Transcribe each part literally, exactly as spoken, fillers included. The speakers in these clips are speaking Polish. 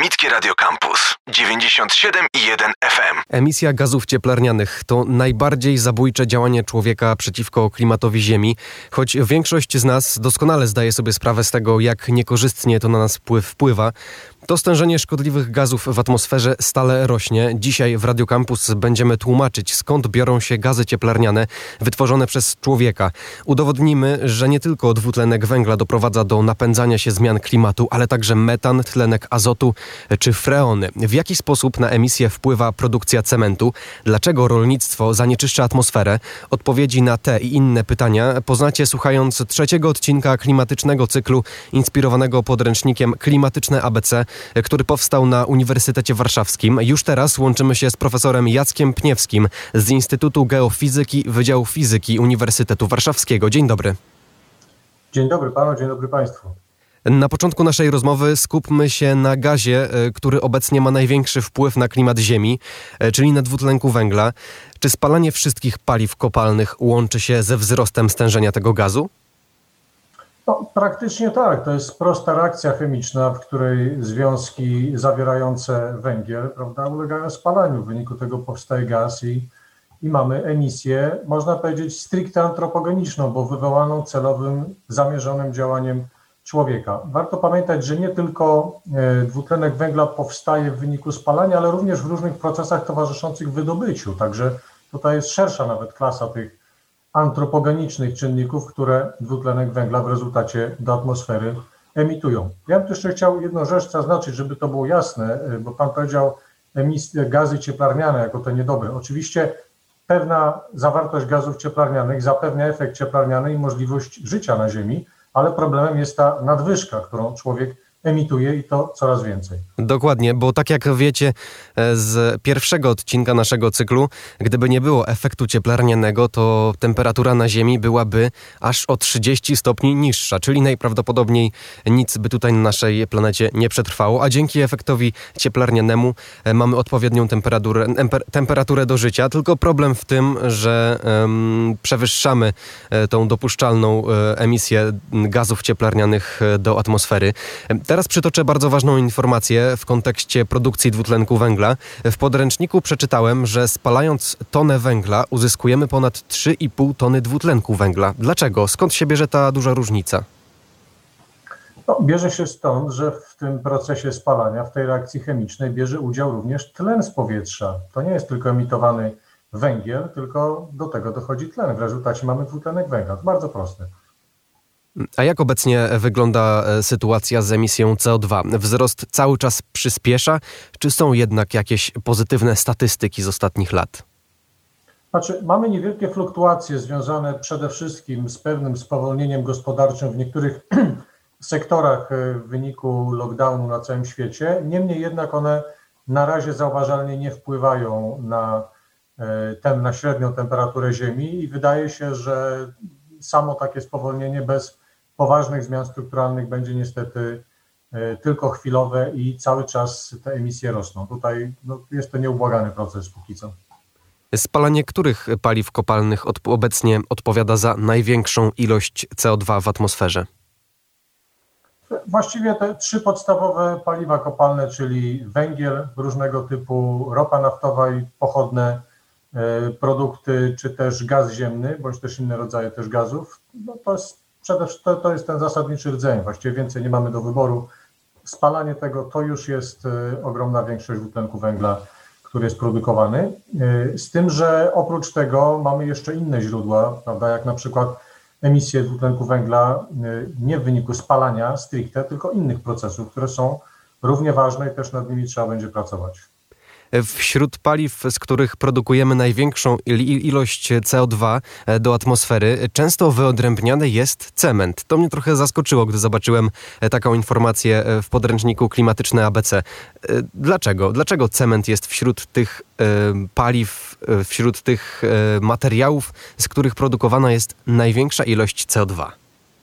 Akademickie Radio Campus dziewięćdziesiąt siedem i jeden F M. Emisja gazów cieplarnianych to najbardziej zabójcze działanie człowieka przeciwko klimatowi Ziemi, choć większość z nas doskonale zdaje sobie sprawę z tego, jak niekorzystnie to na nas wpływa. To stężenie szkodliwych gazów w atmosferze stale rośnie. Dzisiaj w Radio Campus będziemy tłumaczyć, skąd biorą się gazy cieplarniane wytworzone przez człowieka. Udowodnimy, że nie tylko dwutlenek węgla doprowadza do napędzania się zmian klimatu, ale także metan, tlenek azotu czy freony. W jaki sposób na emisję wpływa produkcja cementu? Dlaczego rolnictwo zanieczyszcza atmosferę? Odpowiedzi na te i inne pytania poznacie słuchając trzeciego odcinka klimatycznego cyklu inspirowanego podręcznikiem Klimatyczne A B C, który powstał na Uniwersytecie Warszawskim. Już teraz łączymy się z profesorem Jackiem Pniewskim z Instytutu Geofizyki Wydziału Fizyki Uniwersytetu Warszawskiego. Dzień dobry. Dzień dobry panu, dzień dobry państwu. Na początku naszej rozmowy skupmy się na gazie, który obecnie ma największy wpływ na klimat Ziemi, czyli na dwutlenku węgla. Czy spalanie wszystkich paliw kopalnych łączy się ze wzrostem stężenia tego gazu? No, praktycznie tak. To jest prosta reakcja chemiczna, w której związki zawierające węgiel, prawda, ulegają spalaniu. W wyniku tego powstaje gaz i, i mamy emisję, można powiedzieć, stricte antropogeniczną, bo wywołaną celowym, zamierzonym działaniem człowieka. Warto pamiętać, że nie tylko dwutlenek węgla powstaje w wyniku spalania, ale również w różnych procesach towarzyszących wydobyciu. Także tutaj jest szersza nawet klasa tych antropogenicznych czynników, które dwutlenek węgla w rezultacie do atmosfery emitują. Ja bym tu jeszcze chciał jedną rzecz zaznaczyć, żeby to było jasne, bo pan powiedział emisje, gazy cieplarniane jako te niedobre. Oczywiście pewna zawartość gazów cieplarnianych zapewnia efekt cieplarniany i możliwość życia na Ziemi, ale problemem jest ta nadwyżka, którą człowiek emituje i to coraz więcej. Dokładnie, bo tak jak wiecie z pierwszego odcinka naszego cyklu, gdyby nie było efektu cieplarnianego, to temperatura na Ziemi byłaby aż o trzydzieści stopni niższa, czyli najprawdopodobniej nic by tutaj na naszej planecie nie przetrwało, a dzięki efektowi cieplarnianemu mamy odpowiednią temperaturę, temperaturę do życia, tylko problem w tym, że um, przewyższamy tą dopuszczalną emisję gazów cieplarnianych do atmosfery. Teraz przytoczę bardzo ważną informację w kontekście produkcji dwutlenku węgla. W podręczniku przeczytałem, że spalając tonę węgla uzyskujemy ponad trzy i pół tony dwutlenku węgla. Dlaczego? Skąd się bierze ta duża różnica? No, bierze się stąd, że w tym procesie spalania, w tej reakcji chemicznej bierze udział również tlen z powietrza. To nie jest tylko emitowany węgiel, tylko do tego dochodzi tlen. W rezultacie mamy dwutlenek węgla. To bardzo proste. A jak obecnie wygląda sytuacja z emisją C O dwa? Wzrost cały czas przyspiesza, czy są jednak jakieś pozytywne statystyki z ostatnich lat? Znaczy, mamy niewielkie fluktuacje związane przede wszystkim z pewnym spowolnieniem gospodarczym w niektórych sektorach w wyniku lockdownu na całym świecie. Niemniej jednak one na razie zauważalnie nie wpływają na, ten, na średnią temperaturę Ziemi i wydaje się, że samo takie spowolnienie bez poważnych zmian strukturalnych będzie niestety tylko chwilowe i cały czas te emisje rosną. Tutaj no, jest to nieubłagany proces póki co. Spalanie których paliw kopalnych od, obecnie odpowiada za największą ilość C O dwa w atmosferze? Właściwie te trzy podstawowe paliwa kopalne, czyli węgiel różnego typu, ropa naftowa i pochodne produkty, czy też gaz ziemny, bądź też inne rodzaje też gazów, no to jest przede wszystkim to jest ten zasadniczy rdzeń. Właściwie więcej nie mamy do wyboru. Spalanie tego to już jest ogromna większość dwutlenku węgla, który jest produkowany. Z tym, że oprócz tego mamy jeszcze inne źródła, prawda, jak na przykład emisję dwutlenku węgla nie w wyniku spalania stricte, tylko innych procesów, które są równie ważne i też nad nimi trzeba będzie pracować. Wśród paliw, z których produkujemy największą ilość C O dwa do atmosfery, często wyodrębniany jest cement. To mnie trochę zaskoczyło, gdy zobaczyłem taką informację w podręczniku Klimatyczne A B C. Dlaczego? Dlaczego cement jest wśród tych paliw, wśród tych materiałów, z których produkowana jest największa ilość C O dwa?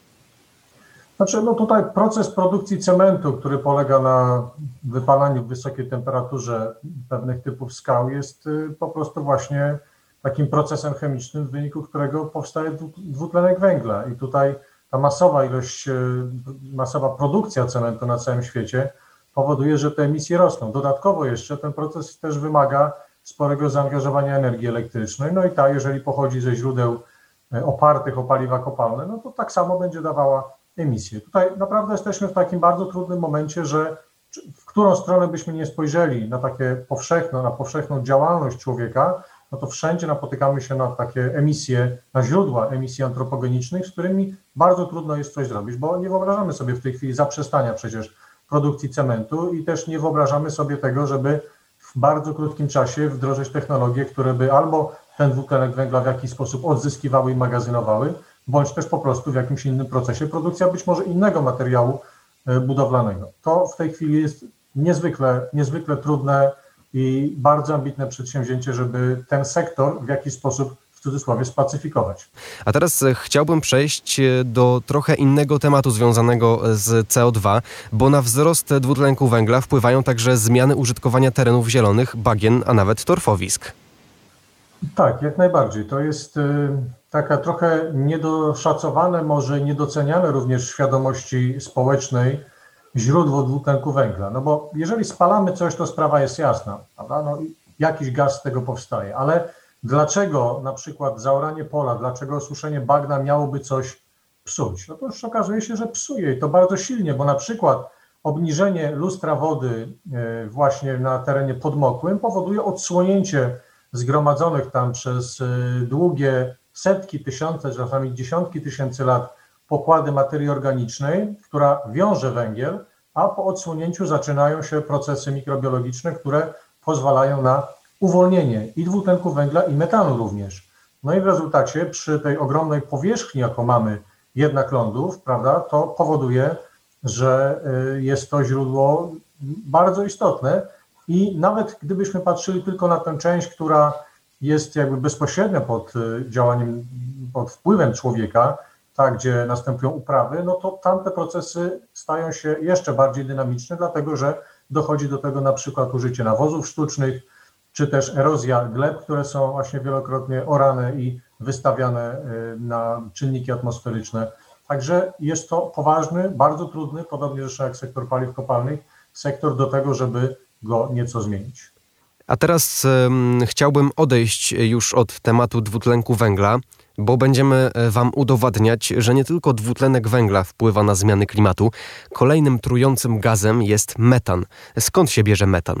Znaczy, no tutaj proces produkcji cementu, który polega na wypalaniu w wysokiej temperaturze pewnych typów skał, jest po prostu właśnie takim procesem chemicznym, w wyniku którego powstaje dwutlenek węgla. I tutaj ta masowa ilość, masowa produkcja cementu na całym świecie powoduje, że te emisje rosną. Dodatkowo jeszcze ten proces też wymaga sporego zaangażowania energii elektrycznej, no i ta, jeżeli pochodzi ze źródeł opartych o paliwa kopalne, no to tak samo będzie dawała emisję. Tutaj naprawdę jesteśmy w takim bardzo trudnym momencie, że w którą stronę byśmy nie spojrzeli na takie powszechne, na powszechną działalność człowieka, no to wszędzie napotykamy się na takie emisje, na źródła emisji antropogenicznych, z którymi bardzo trudno jest coś zrobić, bo nie wyobrażamy sobie w tej chwili zaprzestania przecież produkcji cementu i też nie wyobrażamy sobie tego, żeby w bardzo krótkim czasie wdrożyć technologie, które by albo ten dwutlenek węgla w jakiś sposób odzyskiwały i magazynowały, bądź też po prostu w jakimś innym procesie produkcja być może innego materiału budowlanego. To w tej chwili jest niezwykle, niezwykle trudne i bardzo ambitne przedsięwzięcie, żeby ten sektor w jakiś sposób w cudzysłowie spacyfikować. A teraz chciałbym przejść do trochę innego tematu związanego z C O dwa, bo na wzrost dwutlenku węgla wpływają także zmiany użytkowania terenów zielonych, bagien, a nawet torfowisk. Tak, jak najbardziej. To jest taka trochę niedoszacowane, może niedoceniane również w świadomości społecznej źródło dwutlenku węgla. No bo jeżeli spalamy coś, to sprawa jest jasna, prawda? No, jakiś gaz z tego powstaje, ale dlaczego na przykład zaoranie pola, dlaczego osuszenie bagna miałoby coś psuć? No to już okazuje się, że psuje i to bardzo silnie, bo na przykład obniżenie lustra wody właśnie na terenie podmokłym powoduje odsłonięcie zgromadzonych tam przez długie setki, tysiące, czasami dziesiątki tysięcy lat pokłady materii organicznej, która wiąże węgiel, a po odsłonięciu zaczynają się procesy mikrobiologiczne, które pozwalają na uwolnienie i dwutlenku węgla, i metanu również. No i w rezultacie przy tej ogromnej powierzchni, jaką mamy jednak lądów, prawda, to powoduje, że jest to źródło bardzo istotne i nawet gdybyśmy patrzyli tylko na tę część, która jest jakby bezpośrednio pod działaniem, pod wpływem człowieka, tak, gdzie następują uprawy, no to tamte procesy stają się jeszcze bardziej dynamiczne, dlatego że dochodzi do tego na przykład użycie nawozów sztucznych, czy też erozja gleb, które są właśnie wielokrotnie orane i wystawiane na czynniki atmosferyczne. Także jest to poważny, bardzo trudny, podobnie zresztą jak sektor paliw kopalnych, sektor do tego, żeby go nieco zmienić. A teraz um, chciałbym odejść już od tematu dwutlenku węgla, bo będziemy wam udowadniać, że nie tylko dwutlenek węgla wpływa na zmiany klimatu. Kolejnym trującym gazem jest metan. Skąd się bierze metan?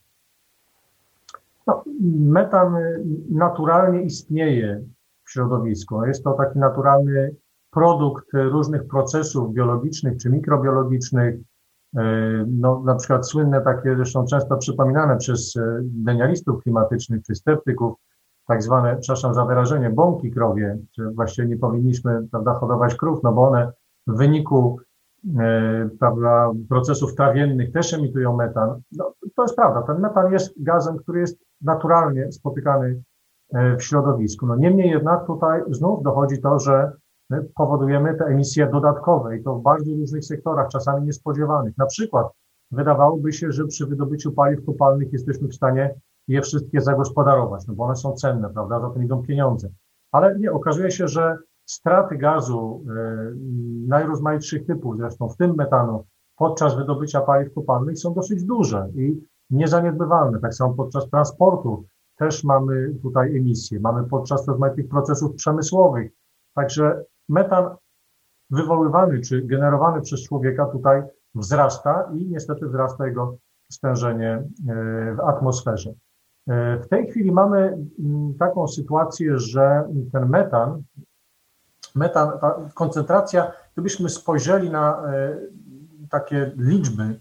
No, metan naturalnie istnieje w środowisku. Jest to taki naturalny produkt różnych procesów biologicznych czy mikrobiologicznych. No, na przykład słynne takie, zresztą często przypominane przez denialistów klimatycznych czy sceptyków, tak zwane, przepraszam za wyrażenie, bąki krowie, że właściwie nie powinniśmy, prawda, hodować krów, no bo one w wyniku e, prawda, procesów trawiennych też emitują metan. No, to jest prawda, ten metan jest gazem, który jest naturalnie spotykany w środowisku. No, niemniej jednak tutaj znów dochodzi to, że my powodujemy te emisje dodatkowe i to w bardzo różnych sektorach, czasami niespodziewanych. Na przykład wydawałoby się, że przy wydobyciu paliw kopalnych jesteśmy w stanie je wszystkie zagospodarować, no bo one są cenne, prawda, za to idą pieniądze. Ale nie, okazuje się, że straty gazu y, najrozmaitszych typów, zresztą w tym metanu, podczas wydobycia paliw kopalnych są dosyć duże i niezaniedbywalne. Tak samo podczas transportu też mamy tutaj emisje, mamy podczas rozmaitych procesów przemysłowych. Także metan wywoływany czy generowany przez człowieka tutaj wzrasta i niestety wzrasta jego stężenie w atmosferze. W tej chwili mamy taką sytuację, że ten metan, metan, ta koncentracja, gdybyśmy spojrzeli na takie liczby,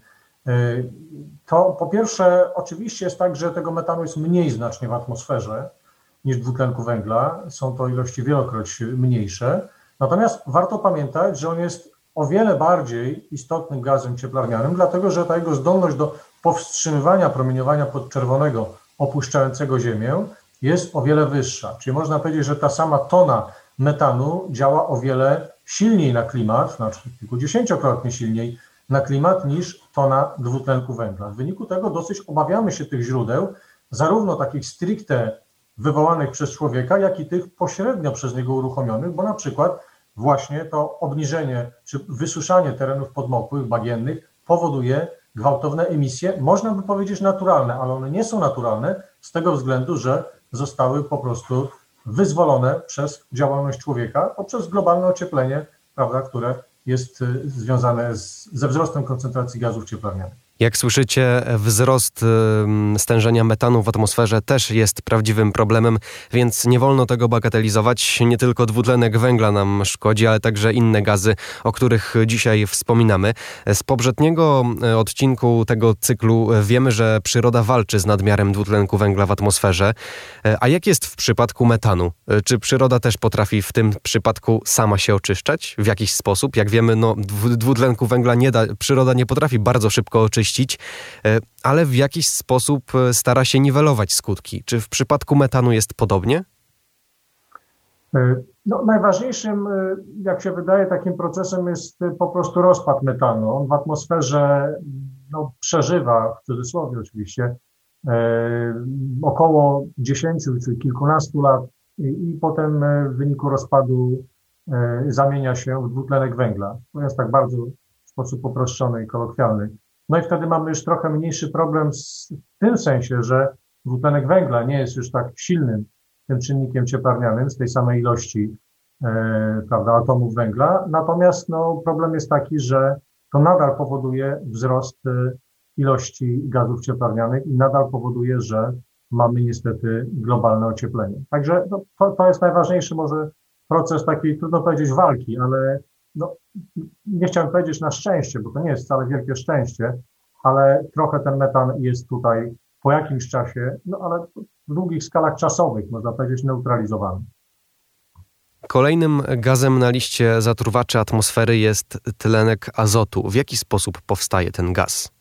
to po pierwsze oczywiście jest tak, że tego metanu jest mniej znacznie w atmosferze niż dwutlenku węgla, są to ilości wielokroć mniejsze, natomiast warto pamiętać, że on jest o wiele bardziej istotnym gazem cieplarnianym, dlatego że ta jego zdolność do powstrzymywania promieniowania podczerwonego opuszczającego Ziemię jest o wiele wyższa. Czyli można powiedzieć, że ta sama tona metanu działa o wiele silniej na klimat, znaczy kilkudziesięciokrotnie silniej na klimat niż tona dwutlenku węgla. W wyniku tego dosyć obawiamy się tych źródeł, zarówno takich stricte wywołanych przez człowieka, jak i tych pośrednio przez niego uruchomionych, bo na przykład właśnie to obniżenie czy wysuszanie terenów podmokłych, bagiennych powoduje gwałtowne emisje, można by powiedzieć naturalne, ale one nie są naturalne z tego względu, że zostały po prostu wyzwolone przez działalność człowieka poprzez globalne ocieplenie, prawda, które jest związane z, ze wzrostem koncentracji gazów cieplarnianych. Jak słyszycie, wzrost stężenia metanu w atmosferze też jest prawdziwym problemem, więc nie wolno tego bagatelizować. Nie tylko dwutlenek węgla nam szkodzi, ale także inne gazy, o których dzisiaj wspominamy. Z poprzedniego odcinku tego cyklu wiemy, że przyroda walczy z nadmiarem dwutlenku węgla w atmosferze. A jak jest w przypadku metanu? Czy przyroda też potrafi w tym przypadku sama się oczyszczać w jakiś sposób? Jak wiemy, no, dwutlenku węgla nie da, przyroda nie potrafi bardzo szybko oczyścić, ale w jakiś sposób stara się niwelować skutki. Czy w przypadku metanu jest podobnie? No, najważniejszym, jak się wydaje, takim procesem jest po prostu rozpad metanu. On w atmosferze no, przeżywa, w cudzysłowie oczywiście, około dziesięciu czy kilkunastu lat i, i potem w wyniku rozpadu zamienia się w dwutlenek węgla. To jest tak bardzo w sposób uproszczony i kolokwialny. No i wtedy mamy już trochę mniejszy problem z, w tym sensie, że dwutlenek węgla nie jest już tak silnym tym czynnikiem cieplarnianym z tej samej ilości e, prawda, atomów węgla. Natomiast no, problem jest taki, że to nadal powoduje wzrost e, ilości gazów cieplarnianych i nadal powoduje, że mamy niestety globalne ocieplenie. Także no, to, to jest najważniejszy może proces takiej, trudno powiedzieć, walki, ale no, nie chciałem powiedzieć na szczęście, bo to nie jest wcale wielkie szczęście, ale trochę ten metan jest tutaj po jakimś czasie, no ale w długich skalach czasowych, można powiedzieć, neutralizowany. Kolejnym gazem na liście zatruwaczy atmosfery jest tlenek azotu. W jaki sposób powstaje ten gaz?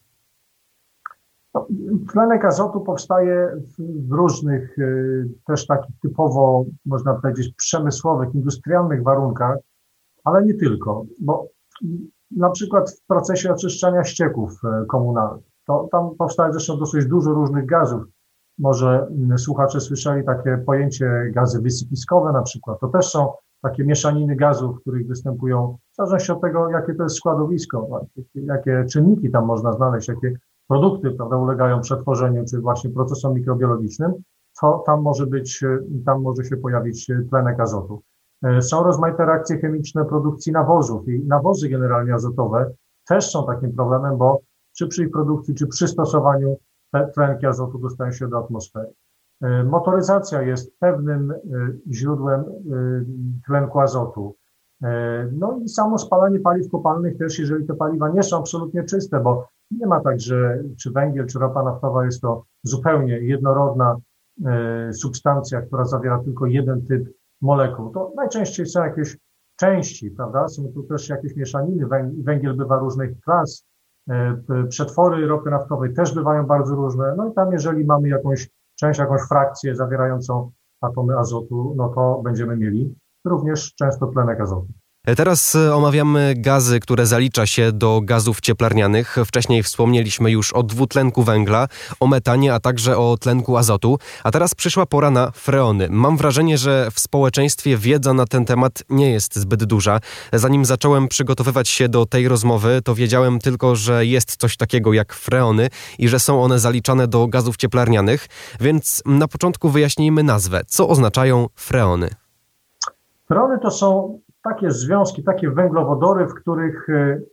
No, tlenek azotu powstaje w, w różnych, y, też takich typowo, można powiedzieć, przemysłowych, industrialnych warunkach, ale nie tylko, bo na przykład w procesie oczyszczania ścieków komunalnych, to tam powstaje zresztą dosyć dużo różnych gazów. Może słuchacze słyszeli takie pojęcie gazy wysypiskowe na przykład. To też są takie mieszaniny gazów, w których występują, w zależności od tego, jakie to jest składowisko, jakie czynniki tam można znaleźć, jakie produkty, prawda, ulegają przetworzeniu, czy właśnie procesom mikrobiologicznym, to tam może być, tam może się pojawić tlenek azotu. Są rozmaite reakcje chemiczne produkcji nawozów i nawozy generalnie azotowe też są takim problemem, bo czy przy ich produkcji, czy przy stosowaniu te tlenki azotu dostają się do atmosfery. Motoryzacja jest pewnym źródłem tlenku azotu. No i samo spalanie paliw kopalnych też, jeżeli te paliwa nie są absolutnie czyste, bo nie ma tak, że czy węgiel, czy ropa naftowa jest to zupełnie jednorodna substancja, która zawiera tylko jeden typ molekuł. To najczęściej są jakieś części, prawda? Są tu też jakieś mieszaniny. Węgiel bywa różnych klas. Przetwory ropy naftowej też bywają bardzo różne. No i tam, jeżeli mamy jakąś część, jakąś frakcję zawierającą atomy azotu, no to będziemy mieli również często tlenek azotu. Teraz omawiamy gazy, które zalicza się do gazów cieplarnianych. Wcześniej wspomnieliśmy już o dwutlenku węgla, o metanie, a także o tlenku azotu. A teraz przyszła pora na freony. Mam wrażenie, że w społeczeństwie wiedza na ten temat nie jest zbyt duża. Zanim zacząłem przygotowywać się do tej rozmowy, to wiedziałem tylko, że jest coś takiego jak freony i że są one zaliczane do gazów cieplarnianych. Więc na początku wyjaśnijmy nazwę. Co oznaczają freony? Freony to są takie związki, takie węglowodory, w których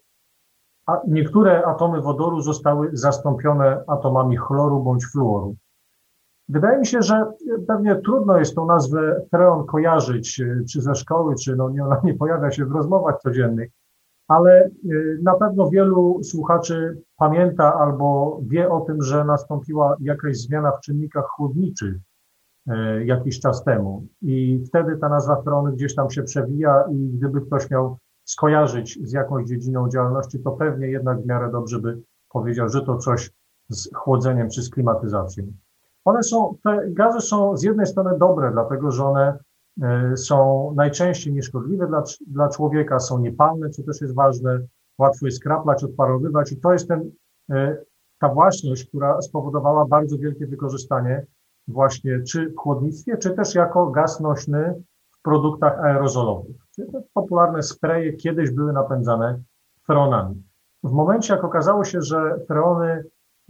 niektóre atomy wodoru zostały zastąpione atomami chloru bądź fluoru. Wydaje mi się, że pewnie trudno jest tą nazwę freon kojarzyć, czy ze szkoły, czy no nie, ona nie pojawia się w rozmowach codziennych, ale na pewno wielu słuchaczy pamięta albo wie o tym, że nastąpiła jakaś zmiana w czynnikach chłodniczych jakiś czas temu i wtedy ta nazwa freony gdzieś tam się przewija i gdyby ktoś miał skojarzyć z jakąś dziedziną działalności, to pewnie jednak w miarę dobrze by powiedział, że to coś z chłodzeniem czy z klimatyzacją. One są, te gazy są z jednej strony dobre, dlatego że one są najczęściej nieszkodliwe dla, dla człowieka, są niepalne, co też jest ważne, łatwo je skraplać, odparowywać i to jest ten, ta własność, która spowodowała bardzo wielkie wykorzystanie właśnie czy w chłodnictwie, czy też jako gaz nośny w produktach aerozolowych. Czyli te popularne spreje kiedyś były napędzane freonami. w momencie, jak okazało się, że freony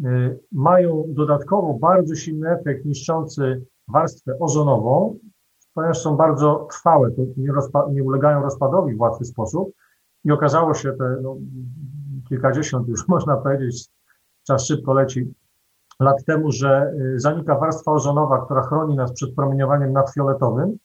mają dodatkowo bardzo silny efekt niszczący warstwę ozonową, ponieważ są bardzo trwałe, to nie, rozpa- nie ulegają rozpadowi w łatwy sposób i okazało się, te no, kilkadziesiąt już można powiedzieć, czas szybko leci, lat temu, że zanika warstwa ozonowa, która chroni nas przed promieniowaniem nadfioletowym,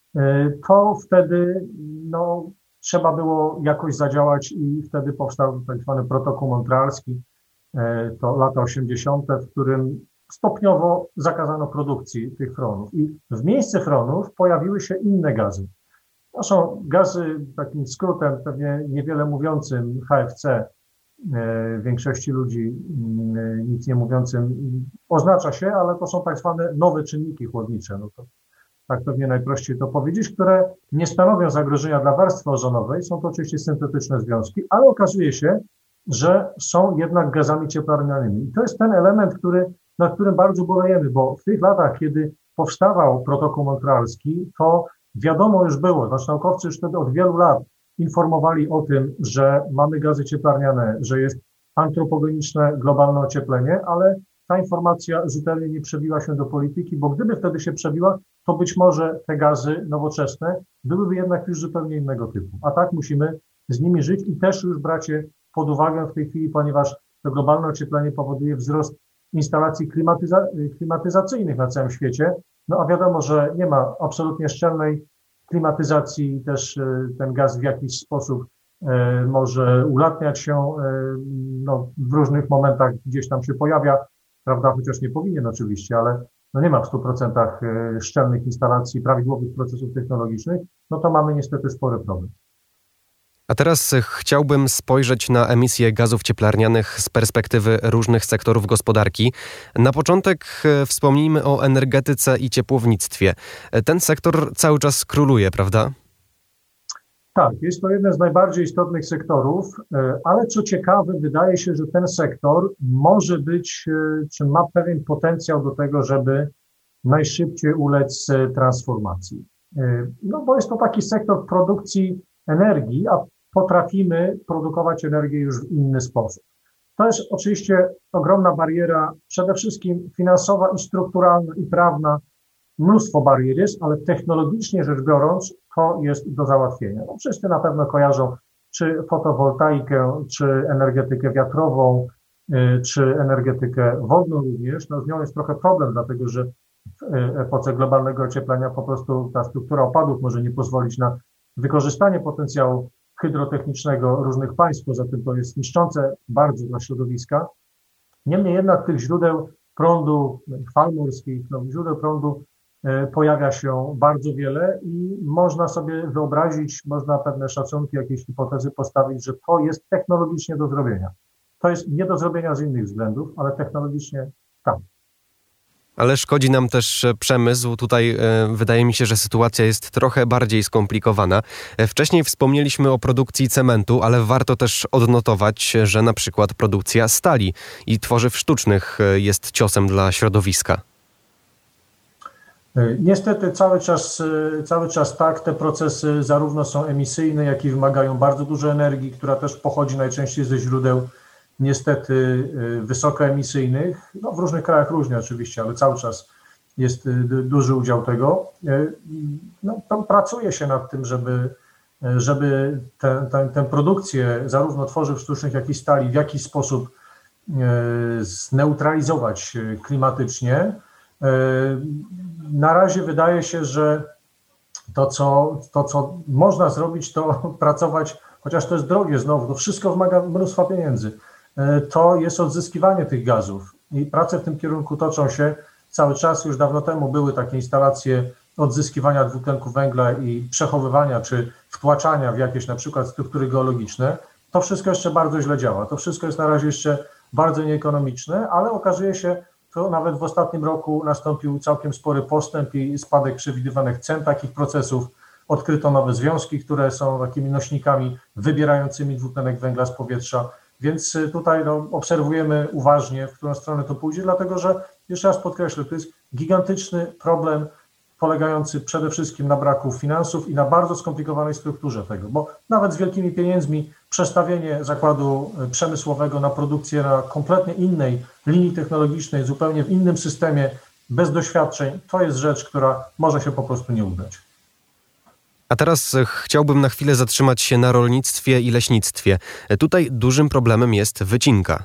to wtedy no, trzeba było jakoś zadziałać i wtedy powstał tak zwany protokół montrealski, to lata osiemdziesiąte, w którym stopniowo zakazano produkcji tych freonów. I w miejsce freonów pojawiły się inne gazy. To są gazy, takim skrótem pewnie niewiele mówiącym, H F C, większości ludzi nic nie mówiącym oznacza się, ale to są tak zwane nowe czynniki chłodnicze. No to tak pewnie najprościej to powiedzieć, które nie stanowią zagrożenia dla warstwy ozonowej. Są to oczywiście syntetyczne związki, ale okazuje się, że są jednak gazami cieplarnianymi. I to jest ten element, który, nad którym bardzo bolejemy, bo w tych latach, kiedy powstawał protokół montrealski, to wiadomo już było, znaczy naukowcy już wtedy od wielu lat informowali o tym, że mamy gazy cieplarniane, że jest antropogeniczne globalne ocieplenie, ale ta informacja zupełnie nie przebiła się do polityki, bo gdyby wtedy się przebiła, to być może te gazy nowoczesne byłyby jednak już zupełnie innego typu. A tak musimy z nimi żyć i też już brać je pod uwagę w tej chwili, ponieważ to globalne ocieplenie powoduje wzrost instalacji klimatyza- klimatyzacyjnych na całym świecie. No a wiadomo, że nie ma absolutnie szczelnej klimatyzacji i też ten gaz w jakiś sposób może ulatniać się, no, w różnych momentach gdzieś tam się pojawia, prawda, chociaż nie powinien oczywiście, ale no nie ma w stu procentach szczelnych instalacji, prawidłowych procesów technologicznych, no to mamy niestety spory problem. A teraz chciałbym spojrzeć na emisję gazów cieplarnianych z perspektywy różnych sektorów gospodarki. Na początek wspomnijmy o energetyce i ciepłownictwie. Ten sektor cały czas króluje, prawda? Tak, jest to jeden z najbardziej istotnych sektorów, ale co ciekawe, wydaje się, że ten sektor może być, czy ma pewien potencjał do tego, żeby najszybciej ulec transformacji. No bo jest to taki sektor produkcji energii, a potrafimy produkować energię już w inny sposób. To jest oczywiście ogromna bariera, przede wszystkim finansowa i strukturalna i prawna. Mnóstwo barier jest, ale technologicznie rzecz biorąc, to jest do załatwienia. No, wszyscy na pewno kojarzą czy fotowoltaikę, czy energetykę wiatrową, czy energetykę wodną również. No, z nią jest trochę problem, dlatego że w epoce globalnego ocieplenia po prostu ta struktura opadów może nie pozwolić na wykorzystanie potencjału hydrotechnicznego różnych państw, poza tym to jest niszczące bardzo dla środowiska. Niemniej jednak tych źródeł prądu, fal morskich, no, źródeł prądu pojawia się bardzo wiele i można sobie wyobrazić, można pewne szacunki, jakieś hipotezy postawić, że to jest technologicznie do zrobienia. To jest nie do zrobienia z innych względów, ale technologicznie tak. Ale szkodzi nam też przemysł. Tutaj e, wydaje mi się, że sytuacja jest trochę bardziej skomplikowana. E, wcześniej wspomnieliśmy o produkcji cementu, ale warto też odnotować, że na przykład produkcja stali i tworzyw sztucznych jest ciosem dla środowiska. Niestety cały czas, cały czas tak, te procesy zarówno są emisyjne, jak i wymagają bardzo dużo energii, która też pochodzi najczęściej ze źródeł niestety wysokoemisyjnych, no w różnych krajach różnie oczywiście, ale cały czas jest duży udział tego. No, tam pracuje się nad tym, żeby, żeby tę produkcję zarówno tworzyw sztucznych, jak i stali w jakiś sposób zneutralizować klimatycznie. Na razie wydaje się, że to co, to, co można zrobić, to pracować, chociaż to jest drogie znowu, to wszystko wymaga mnóstwa pieniędzy. To jest odzyskiwanie tych gazów i prace w tym kierunku toczą się cały czas. Już dawno temu były takie instalacje odzyskiwania dwutlenku węgla i przechowywania czy wtłaczania w jakieś na przykład struktury geologiczne. To wszystko jeszcze bardzo źle działa. To wszystko jest na razie jeszcze bardzo nieekonomiczne, ale okazuje się, to nawet w ostatnim roku nastąpił całkiem spory postęp i spadek przewidywanych cen takich procesów. Odkryto nowe związki, które są takimi nośnikami wybierającymi dwutlenek węgla z powietrza. Więc tutaj no, obserwujemy uważnie, w którą stronę to pójdzie, dlatego że, jeszcze raz podkreślę, to jest gigantyczny problem, polegający przede wszystkim na braku finansów i na bardzo skomplikowanej strukturze tego, bo nawet z wielkimi pieniędzmi przestawienie zakładu przemysłowego na produkcję na kompletnie innej linii technologicznej, zupełnie w innym systemie, bez doświadczeń, to jest rzecz, która może się po prostu nie udać. A teraz chciałbym na chwilę zatrzymać się na rolnictwie i leśnictwie. Tutaj dużym problemem jest wycinka.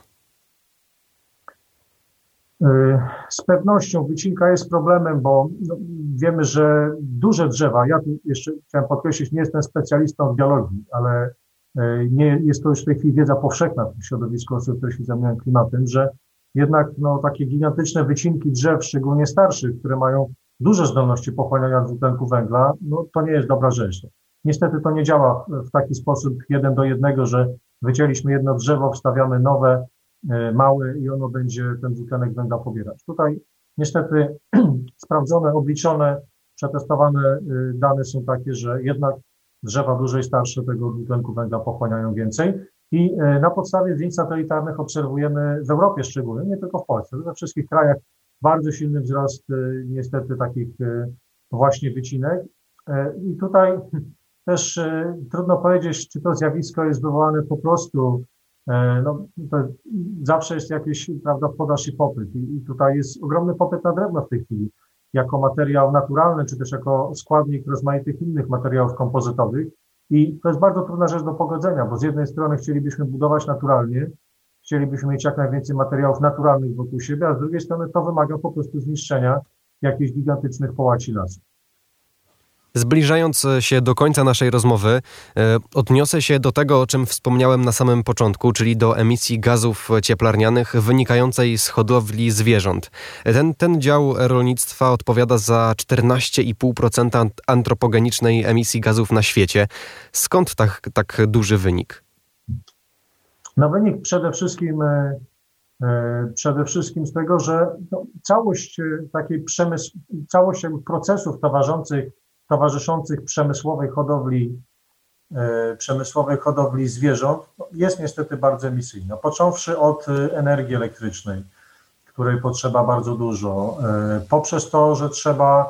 Z pewnością wycinka jest problemem, bo no, wiemy, że duże drzewa, ja tu jeszcze chciałem podkreślić, nie jestem specjalistą w biologii, ale nie jest to już w tej chwili wiedza powszechna w środowisku osób, które się zajmują klimatem, że jednak no, takie gigantyczne wycinki drzew, szczególnie starszych, które mają duże zdolności pochłaniania dwutlenku węgla, no to nie jest dobra rzecz. Niestety to nie działa w taki sposób jeden do jednego, że wycięliśmy jedno drzewo, wstawiamy nowe, małe i ono będzie ten dwutlenek węgla pobierać. Tutaj niestety sprawdzone, obliczone, przetestowane dane są takie, że jednak drzewa dłużej starsze tego dwutlenku węgla pochłaniają więcej i na podstawie zdjęć satelitarnych obserwujemy w Europie szczególnie, nie tylko w Polsce, we wszystkich krajach bardzo silny wzrost niestety takich właśnie wycinek. I tutaj też trudno powiedzieć, czy to zjawisko jest wywołane po prostu, no to zawsze jest jakieś, prawda, podaż i popyt i tutaj jest ogromny popyt na drewno w tej chwili, jako materiał naturalny, czy też jako składnik rozmaitych innych materiałów kompozytowych i to jest bardzo trudna rzecz do pogodzenia, bo z jednej strony chcielibyśmy budować naturalnie, chcielibyśmy mieć jak najwięcej materiałów naturalnych wokół siebie, a z drugiej strony to wymaga po prostu zniszczenia jakichś gigantycznych połaci lasów. Zbliżając się do końca naszej rozmowy, odniosę się do tego, o czym wspomniałem na samym początku, czyli do emisji gazów cieplarnianych wynikającej z hodowli zwierząt. Ten, ten dział rolnictwa odpowiada za czternaście i pół procent antropogenicznej emisji gazów na świecie. Skąd tak, tak duży wynik? No wynik przede wszystkim, przede wszystkim z tego, że no, całość takiej przemysł, całość procesów towarzyszących, towarzyszących przemysłowej hodowli, przemysłowej hodowli zwierząt jest niestety bardzo emisyjna. Począwszy od energii elektrycznej, której potrzeba bardzo dużo, poprzez to, że trzeba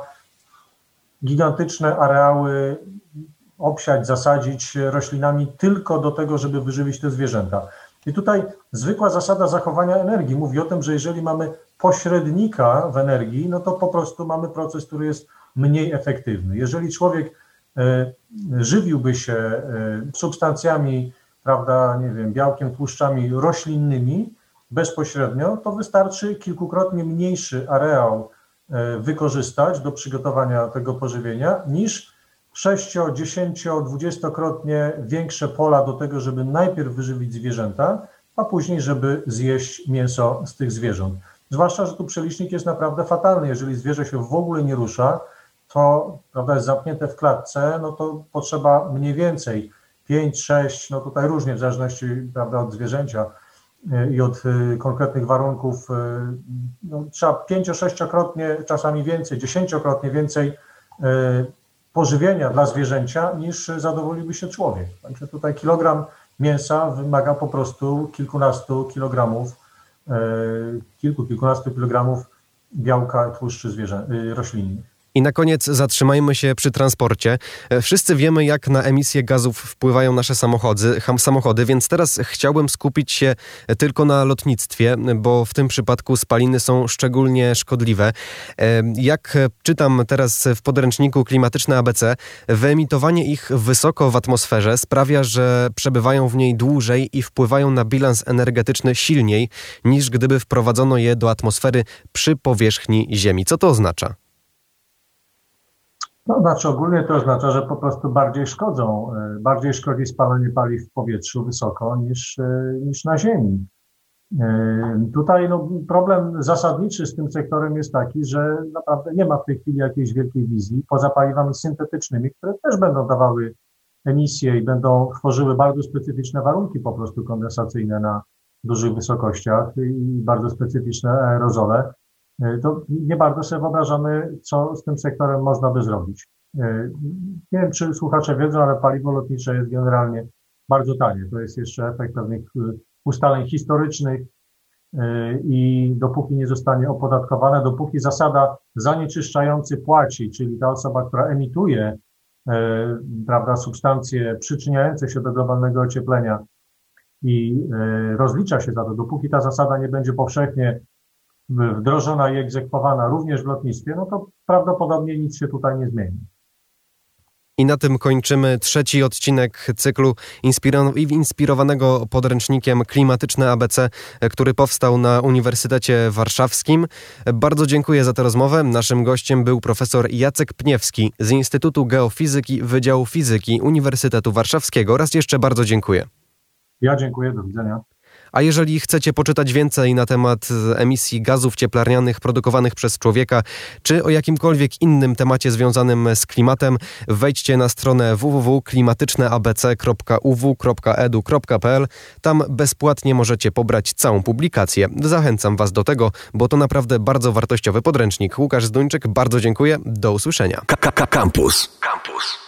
gigantyczne areały obsiać, zasadzić roślinami tylko do tego, żeby wyżywić te zwierzęta. I tutaj zwykła zasada zachowania energii mówi o tym, że jeżeli mamy pośrednika w energii, no to po prostu mamy proces, który jest mniej efektywny. Jeżeli człowiek e, żywiłby się e, substancjami, prawda, nie wiem, białkiem, tłuszczami roślinnymi bezpośrednio, to wystarczy kilkukrotnie mniejszy areał e, wykorzystać do przygotowania tego pożywienia niż sześcio, dziesięcio, dwudziestokrotnie większe pola do tego, żeby najpierw wyżywić zwierzęta, a później, żeby zjeść mięso z tych zwierząt. Zwłaszcza, że tu przelicznik jest naprawdę fatalny. Jeżeli zwierzę się w ogóle nie rusza, to, prawda, jest zamknięte w klatce, no to potrzeba mniej więcej pięć, sześć, no tutaj różnie w zależności, prawda, od zwierzęcia i od konkretnych warunków, no, trzeba pięcio, sześciokrotnie, czasami więcej, dziesięciokrotnie więcej pożywienia dla zwierzęcia, niż zadowoliłby się człowiek. Także tutaj kilogram mięsa wymaga po prostu kilkunastu kilogramów, kilku, kilkunastu kilogramów białka, tłuszczy zwierzę, roślinnych. I na koniec zatrzymajmy się przy transporcie. Wszyscy wiemy, jak na emisję gazów wpływają nasze samochody, samochody, więc teraz chciałbym skupić się tylko na lotnictwie, bo w tym przypadku spaliny są szczególnie szkodliwe. Jak czytam teraz w podręczniku Klimatyczne A B C, wyemitowanie ich wysoko w atmosferze sprawia, że przebywają w niej dłużej i wpływają na bilans energetyczny silniej, niż gdyby wprowadzono je do atmosfery przy powierzchni Ziemi. Co to oznacza? No, znaczy ogólnie to oznacza, że po prostu bardziej szkodzą, bardziej szkodzi spalanie paliw w powietrzu wysoko niż, niż na ziemi. Tutaj no, problem zasadniczy z tym sektorem jest taki, że naprawdę nie ma w tej chwili jakiejś wielkiej wizji poza paliwami syntetycznymi, które też będą dawały emisję i będą tworzyły bardzo specyficzne warunki po prostu kondensacyjne na dużych wysokościach i bardzo specyficzne aerozole. To nie bardzo sobie wyobrażamy, co z tym sektorem można by zrobić. Nie wiem, czy słuchacze wiedzą, ale paliwo lotnicze jest generalnie bardzo tanie. To jest jeszcze efekt pewnych ustaleń historycznych i dopóki nie zostanie opodatkowane, dopóki zasada zanieczyszczający płaci, czyli ta osoba, która emituje, prawda, substancje przyczyniające się do globalnego ocieplenia i rozlicza się za to, dopóki ta zasada nie będzie powszechnie wdrożona i egzekwowana również w lotnictwie, no to prawdopodobnie nic się tutaj nie zmieni. I na tym kończymy trzeci odcinek cyklu inspiro- inspirowanego podręcznikiem Klimatyczne A B C, który powstał na Uniwersytecie Warszawskim. Bardzo dziękuję za tę rozmowę. Naszym gościem był profesor Jacek Pniewski z Instytutu Geofizyki Wydziału Fizyki Uniwersytetu Warszawskiego. Raz jeszcze bardzo dziękuję. Ja dziękuję, do widzenia. A jeżeli chcecie poczytać więcej na temat emisji gazów cieplarnianych produkowanych przez człowieka, czy o jakimkolwiek innym temacie związanym z klimatem, wejdźcie na stronę w w w kropka klimatyczne a b c kropka u w kropka e d u kropka p l. Tam bezpłatnie możecie pobrać całą publikację. Zachęcam Was do tego, bo to naprawdę bardzo wartościowy podręcznik. Łukasz Zduńczyk, bardzo dziękuję. Do usłyszenia. Campus. Campus.